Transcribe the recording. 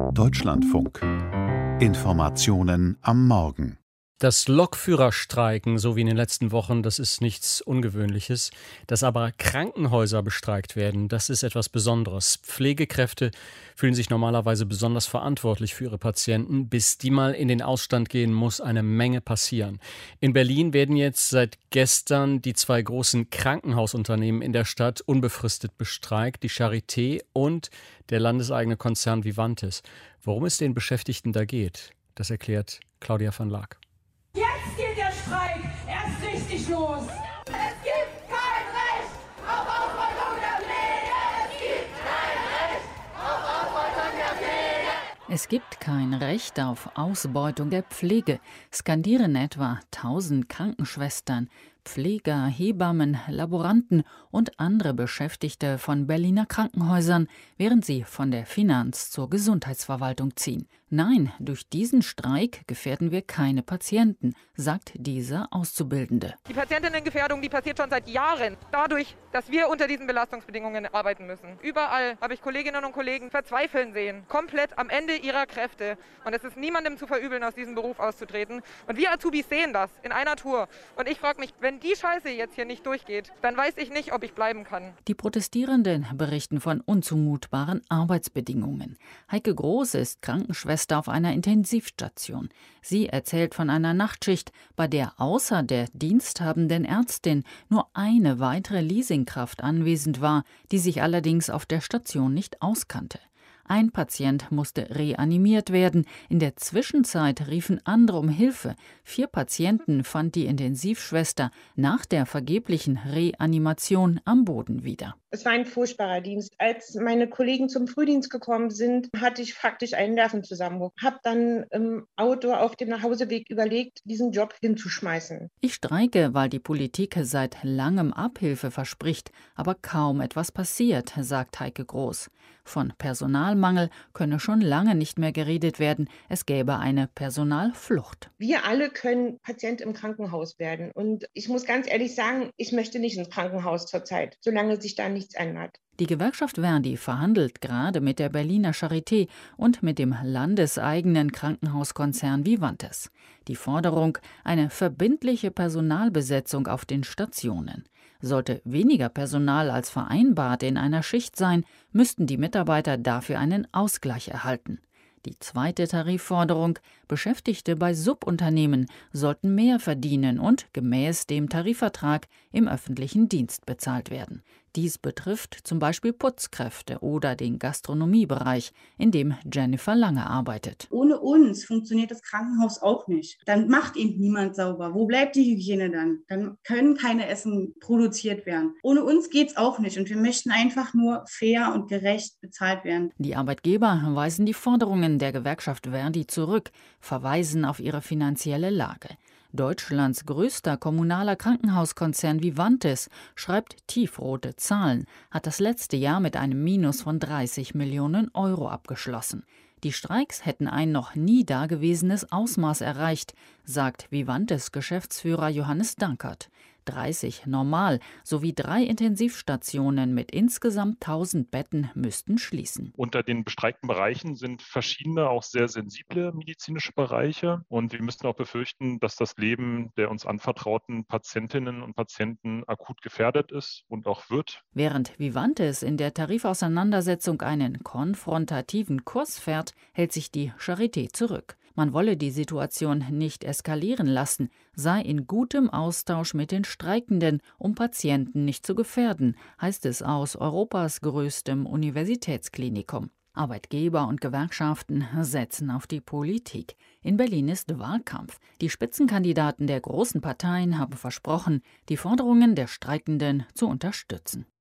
Deutschlandfunk. Informationen am Morgen. Das Lokführerstreiken, so wie in den letzten Wochen, das ist nichts Ungewöhnliches. Dass aber Krankenhäuser bestreikt werden, das ist etwas Besonderes. Pflegekräfte fühlen sich normalerweise besonders verantwortlich für ihre Patienten. Bis die mal in den Ausstand gehen, muss eine Menge passieren. In Berlin werden jetzt seit gestern die zwei großen Krankenhausunternehmen in der Stadt unbefristet bestreikt, die Charité und der landeseigene Konzern Vivantes. Worum es den Beschäftigten da geht, das erklärt Claudia van Laak. Jetzt geht der Streik erst richtig los. Es gibt kein Recht auf Ausbeutung der Pflege. Es gibt kein Recht auf Ausbeutung der Pflege. Skandieren etwa 1000 Krankenschwestern, Pfleger, Hebammen, Laboranten und andere Beschäftigte von Berliner Krankenhäusern, während sie von der Finanz- zur Gesundheitsverwaltung ziehen. Nein, durch diesen Streik gefährden wir keine Patienten, sagt dieser Auszubildende. Die Patientinnengefährdung, die passiert schon seit Jahren, dadurch, dass wir unter diesen Belastungsbedingungen arbeiten müssen. Überall habe ich Kolleginnen und Kollegen verzweifeln sehen, komplett am Ende ihrer Kräfte. Und es ist niemandem zu verübeln, aus diesem Beruf auszutreten. Und wir Azubis sehen das in einer Tour. Und ich frage mich, wenn die Scheiße jetzt hier nicht durchgeht, dann weiß ich nicht, ob ich bleiben kann. Die Protestierenden berichten von unzumutbaren Arbeitsbedingungen. Heike Groß ist Krankenschwester auf einer Intensivstation. Sie erzählt von einer Nachtschicht, bei der außer der diensthabenden Ärztin nur eine weitere Leasingkraft anwesend war, die sich allerdings auf der Station nicht auskannte. Ein Patient musste reanimiert werden. In der Zwischenzeit riefen andere um Hilfe. 4 Patienten fand die Intensivschwester nach der vergeblichen Reanimation am Boden wieder. Es war ein furchtbarer Dienst. Als meine Kollegen zum Frühdienst gekommen sind, hatte ich faktisch einen Nervenzusammenbruch. Habe dann im Auto auf dem Nachhauseweg überlegt, diesen Job hinzuschmeißen. Ich streike, weil die Politik seit langem Abhilfe verspricht, aber kaum etwas passiert, sagt Heike Groß. Von Personalmangel könne schon lange nicht mehr geredet werden. Es gäbe eine Personalflucht. Wir alle können Patient im Krankenhaus werden. Und ich muss ganz ehrlich sagen, ich möchte nicht ins Krankenhaus zurzeit, solange sich da nichts ändert. Die Gewerkschaft Verdi verhandelt gerade mit der Berliner Charité und mit dem landeseigenen Krankenhauskonzern Vivantes. Die Forderung: eine verbindliche Personalbesetzung auf den Stationen. Sollte weniger Personal als vereinbart in einer Schicht sein, müssten die Mitarbeiter dafür einen Ausgleich erhalten. Die zweite Tarifforderung: Beschäftigte bei Subunternehmen sollten mehr verdienen und gemäß dem Tarifvertrag im öffentlichen Dienst bezahlt werden. Dies betrifft zum Beispiel Putzkräfte oder den Gastronomiebereich, in dem Jennifer Lange arbeitet. Ohne uns funktioniert das Krankenhaus auch nicht. Dann macht eben niemand sauber. Wo bleibt die Hygiene dann? Dann können keine Essen produziert werden. Ohne uns geht's auch nicht und wir möchten einfach nur fair und gerecht bezahlt werden. Die Arbeitgeber weisen die Forderungen der Gewerkschaft Verdi zurück, verweisen auf ihre finanzielle Lage. Deutschlands größter kommunaler Krankenhauskonzern Vivantes schreibt tiefrote Zahlen, hat das letzte Jahr mit einem Minus von 30 Millionen Euro abgeschlossen. Die Streiks hätten ein noch nie dagewesenes Ausmaß erreicht, sagt Vivantes Geschäftsführer Johannes Dankert. 30 normal sowie 3 Intensivstationen mit insgesamt 1000 Betten müssten schließen. Unter den bestreikten Bereichen sind verschiedene, auch sehr sensible medizinische Bereiche. Und wir müssen auch befürchten, dass das Leben der uns anvertrauten Patientinnen und Patienten akut gefährdet ist und auch wird. Während Vivantes in der Tarifauseinandersetzung einen konfrontativen Kurs fährt, hält sich die Charité zurück. Man wolle die Situation nicht eskalieren lassen, sei in gutem Austausch mit den Streikenden, um Patienten nicht zu gefährden, heißt es aus Europas größtem Universitätsklinikum. Arbeitgeber und Gewerkschaften setzen auf die Politik. In Berlin ist Wahlkampf. Die Spitzenkandidaten der großen Parteien haben versprochen, die Forderungen der Streikenden zu unterstützen.